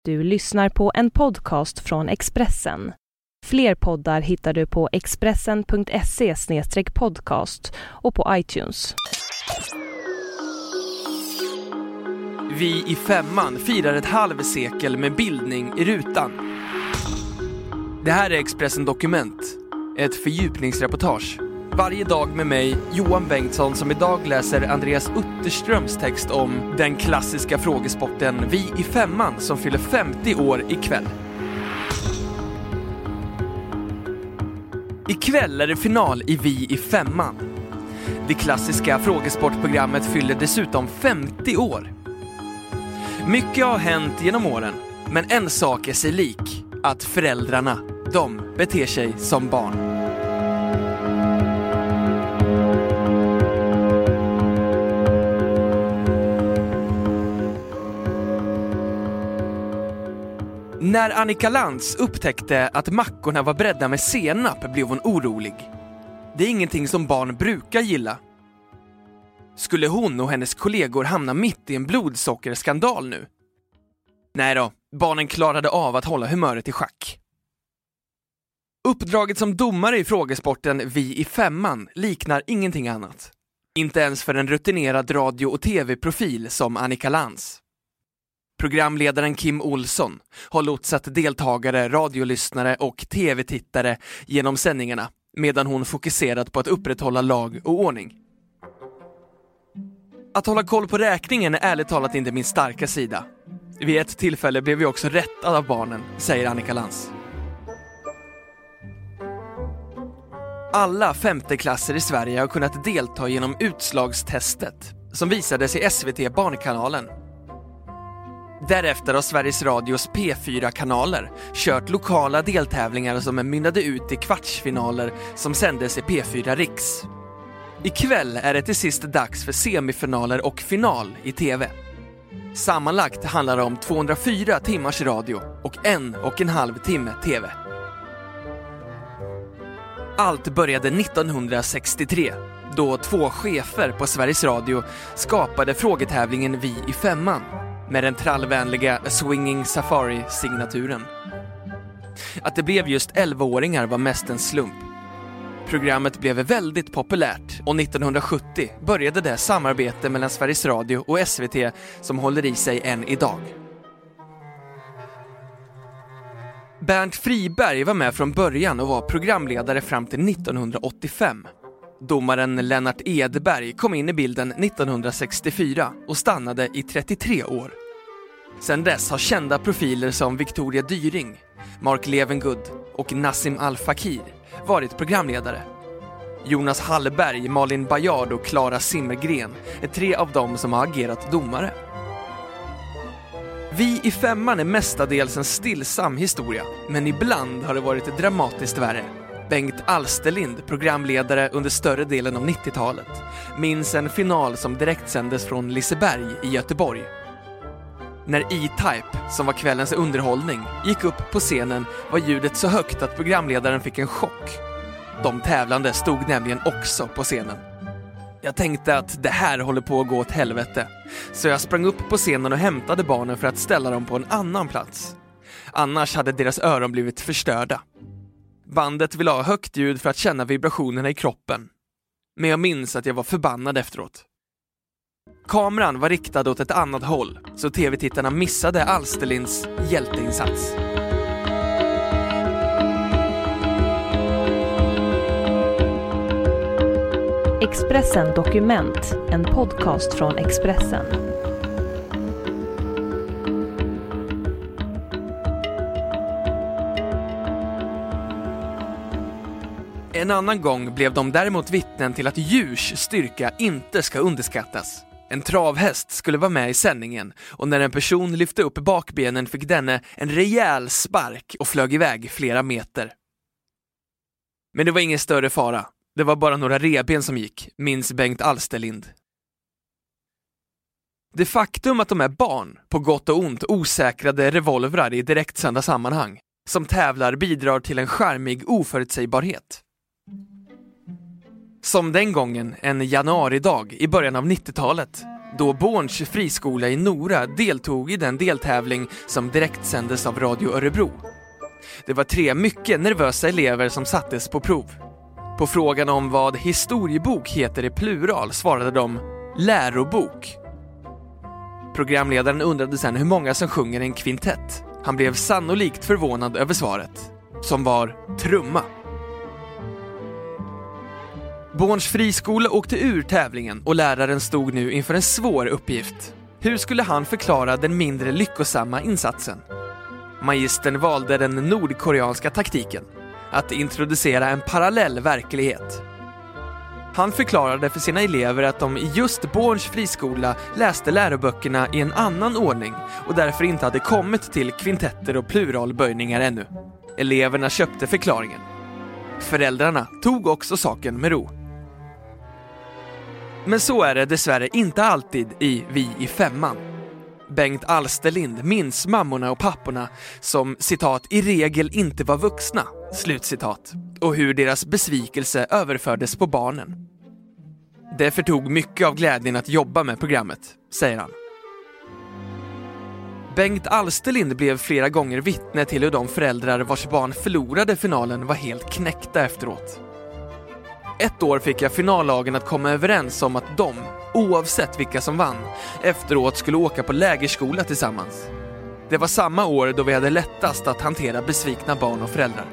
Du lyssnar på en podcast från Expressen. Fler poddar hittar du på expressen.se/podcast och på iTunes. Vi i femman firar ett halvsekel med bildning i rutan. Det här är Expressen Dokument, ett fördjupningsreportage. Varje dag med mig, Johan Bengtsson, som idag läser Andreas Utterströms text om den klassiska frågesporten Vi i femman som fyller 50 år ikväll. Ikväll är det final i Vi i femman. Det klassiska frågesportprogrammet fyller dessutom 50 år. Mycket har hänt genom åren, men en sak är sig lik, att föräldrarna, de beter sig som barn. När Annika Lantz upptäckte att mackorna var bredda med senap blev hon orolig. Det är ingenting som barn brukar gilla. Skulle hon och hennes kollegor hamna mitt i en blodsockerskandal nu? Nej då, barnen klarade av att hålla humöret i schack. Uppdraget som domare i frågesporten Vi i femman liknar ingenting annat. Inte ens för en rutinerad radio- och tv-profil som Annika Lantz. Programledaren Kim Olsson har lotsat deltagare, radiolyssnare och tv-tittare genom sändningarna medan hon fokuserat på att upprätthålla lag och ordning. Att hålla koll på räkningen är ärligt talat inte min starka sida. Vid ett tillfälle blev vi också rättade av barnen, säger Annika Lantz. Alla femteklasser i Sverige har kunnat delta genom utslagstestet som visades i SVT Barnkanalen. Därefter har Sveriges Radios P4-kanaler kört lokala deltävlingar som mynnade ut i kvartsfinaler som sändes i P4 Riks. Ikväll är det till sist dags för semifinaler och final i tv. Sammanlagt handlar det om 204 timmars radio och 1,5 timme tv. Allt började 1963 då 2 chefer på Sveriges Radio skapade frågetävlingen Vi i femman med den trallvänliga Swinging Safari-signaturen. Att det blev just 11-åringar var mest en slump. Programmet blev väldigt populärt och 1970 började det samarbete mellan Sveriges Radio och SVT som håller i sig än idag. Bernt Friberg var med från början och var programledare fram till 1985. Domaren Lennart Edberg kom in i bilden 1964 och stannade i 33 år. Sedan dess har kända profiler som Victoria Dyring, Mark Levengood och Nassim Al-Fakir varit programledare. Jonas Hallberg, Malin Bajard och Clara Simmergren är 3 av dem som har agerat domare. Vi i femman är mestadels en stillsam historia, men ibland har det varit dramatiskt värre. Bengt Alsterlind, programledare under större delen av 90-talet, minns en final som direktsändes från Liseberg i Göteborg. När E-Type, som var kvällens underhållning, gick upp på scenen var ljudet så högt att programledaren fick en chock. De tävlande stod nämligen också på scenen. Jag tänkte att det här håller på att gå åt helvete, så jag sprang upp på scenen och hämtade barnen för att ställa dem på en annan plats. Annars hade deras öron blivit förstörda. Bandet ville ha högt ljud för att känna vibrationerna i kroppen. Men jag minns att jag var förbannad efteråt. Kameran var riktad åt ett annat håll, så tv-tittarna missade Alsterlinds hjälteinsats. Expressen Dokument, en podcast från Expressen. En annan gång blev de däremot vittnen till att djurs styrka inte ska underskattas. En travhäst skulle vara med i sändningen och när en person lyfte upp bakbenen fick denne en rejäl spark och flög iväg flera meter. Men det var ingen större fara. Det var bara några reben som gick, minns Bengt Alsterlind. Det faktum att de är barn, på gott och ont osäkrade revolvrar i direktsända sammanhang, som tävlar bidrar till en charmig oförutsägbarhet. Som den gången, en januaridag i början av 90-talet, då Borns friskola i Nora deltog i den deltävling som direktsändes av Radio Örebro. Det var 3 mycket nervösa elever som sattes på prov. På frågan om vad historiebok heter i plural svarade de lärobok. Programledaren undrade sedan hur många som sjunger en kvintett. Han blev sannolikt förvånad över svaret, som var trumma. Borns friskola åkte ur tävlingen och läraren stod nu inför en svår uppgift. Hur skulle han förklara den mindre lyckosamma insatsen? Magistern valde den nordkoreanska taktiken, att introducera en parallell verklighet. Han förklarade för sina elever att de i just Borns friskola läste läroböckerna i en annan ordning och därför inte hade kommit till kvintetter och pluralböjningar ännu. Eleverna köpte förklaringen. Föräldrarna tog också saken med ro. Men så är det dessvärre inte alltid i Vi i femman. Bengt Alsterlind minns mammorna och papporna som, citat, i regel inte var vuxna, slutcitat, och hur deras besvikelse överfördes på barnen. Det förtog mycket av glädjen att jobba med programmet, säger han. Bengt Alsterlind blev flera gånger vittne till hur de föräldrar vars barn förlorade finalen var helt knäckta efteråt. Ett år fick jag finallagen att komma överens om att de, oavsett vilka som vann, efteråt skulle åka på lägerskola tillsammans. Det var samma år då vi hade lättast att hantera besvikna barn och föräldrar.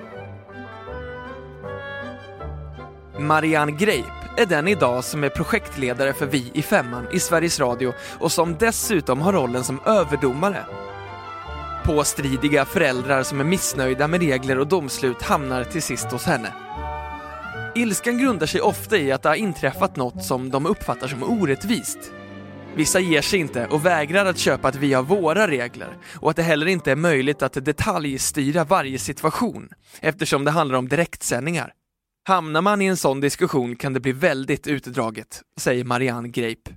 Marianne Greip är den idag som är projektledare för Vi i femman i Sveriges Radio och som dessutom har rollen som överdomare. Påstridiga föräldrar som är missnöjda med regler och domslut hamnar till sist hos henne. Ilskan grundar sig ofta i att det har inträffat något som de uppfattar som orättvist. Vissa ger sig inte och vägrar att köpa att vi har våra regler och att det heller inte är möjligt att detaljstyra varje situation eftersom det handlar om direktsändningar. Hamnar man i en sån diskussion kan det bli väldigt utdraget, säger Marianne Greip.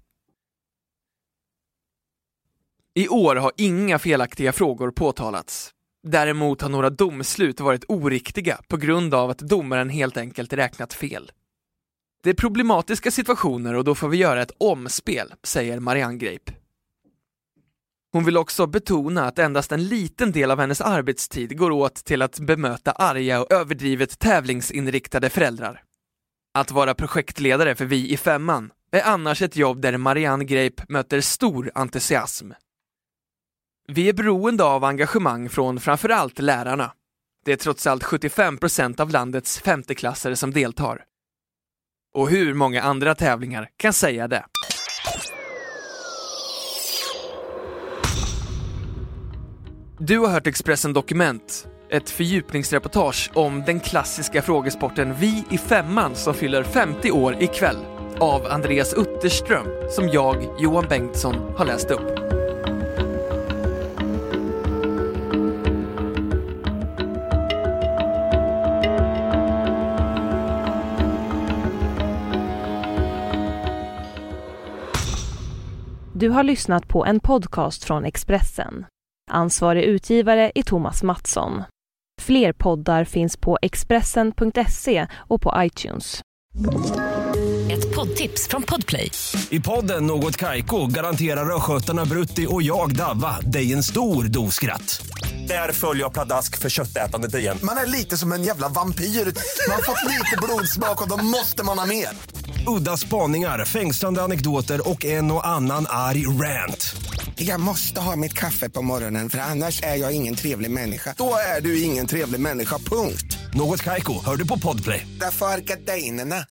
I år har inga felaktiga frågor påtalats. Däremot har några domslut varit oriktiga på grund av att domaren helt enkelt räknat fel. Det är problematiska situationer och då får vi göra ett omspel, säger Marianne Greip. Hon vill också betona att endast en liten del av hennes arbetstid går åt till att bemöta arga och överdrivet tävlingsinriktade föräldrar. Att vara projektledare för Vi i femman är annars ett jobb där Marianne Greip möter stor entusiasm. Vi är beroende av engagemang från framförallt lärarna. Det är trots allt 75% av landets femteklassare som deltar. Och hur många andra tävlingar kan säga det? Du har hört Expressen Dokument, ett fördjupningsreportage om den klassiska frågesporten Vi i femman som fyller 50 år ikväll av Andreas Utterström som jag, Johan Bengtsson, har läst upp. Du har lyssnat på en podcast från Expressen. Ansvarig utgivare är Thomas Mattsson. Fler poddar finns på Expressen.se och på iTunes. Ett poddtips från Podplay. I podden Något Kaiko garanterar röskötarna Brutti och jag Davva dig en stor doskratt. Där följer jag pladask för köttätandet igen. Man är lite som en jävla vampyr. Man har fått lite blodsmak och då måste man ha mer. Udda spaningar, fängslande anekdoter och en och annan arg rant. Jag måste ha mitt kaffe på morgonen för annars är jag ingen trevlig människa. Då är du ingen trevlig människa, punkt. Något Kaiko, hör du på Podplay. Därför är gardinerna.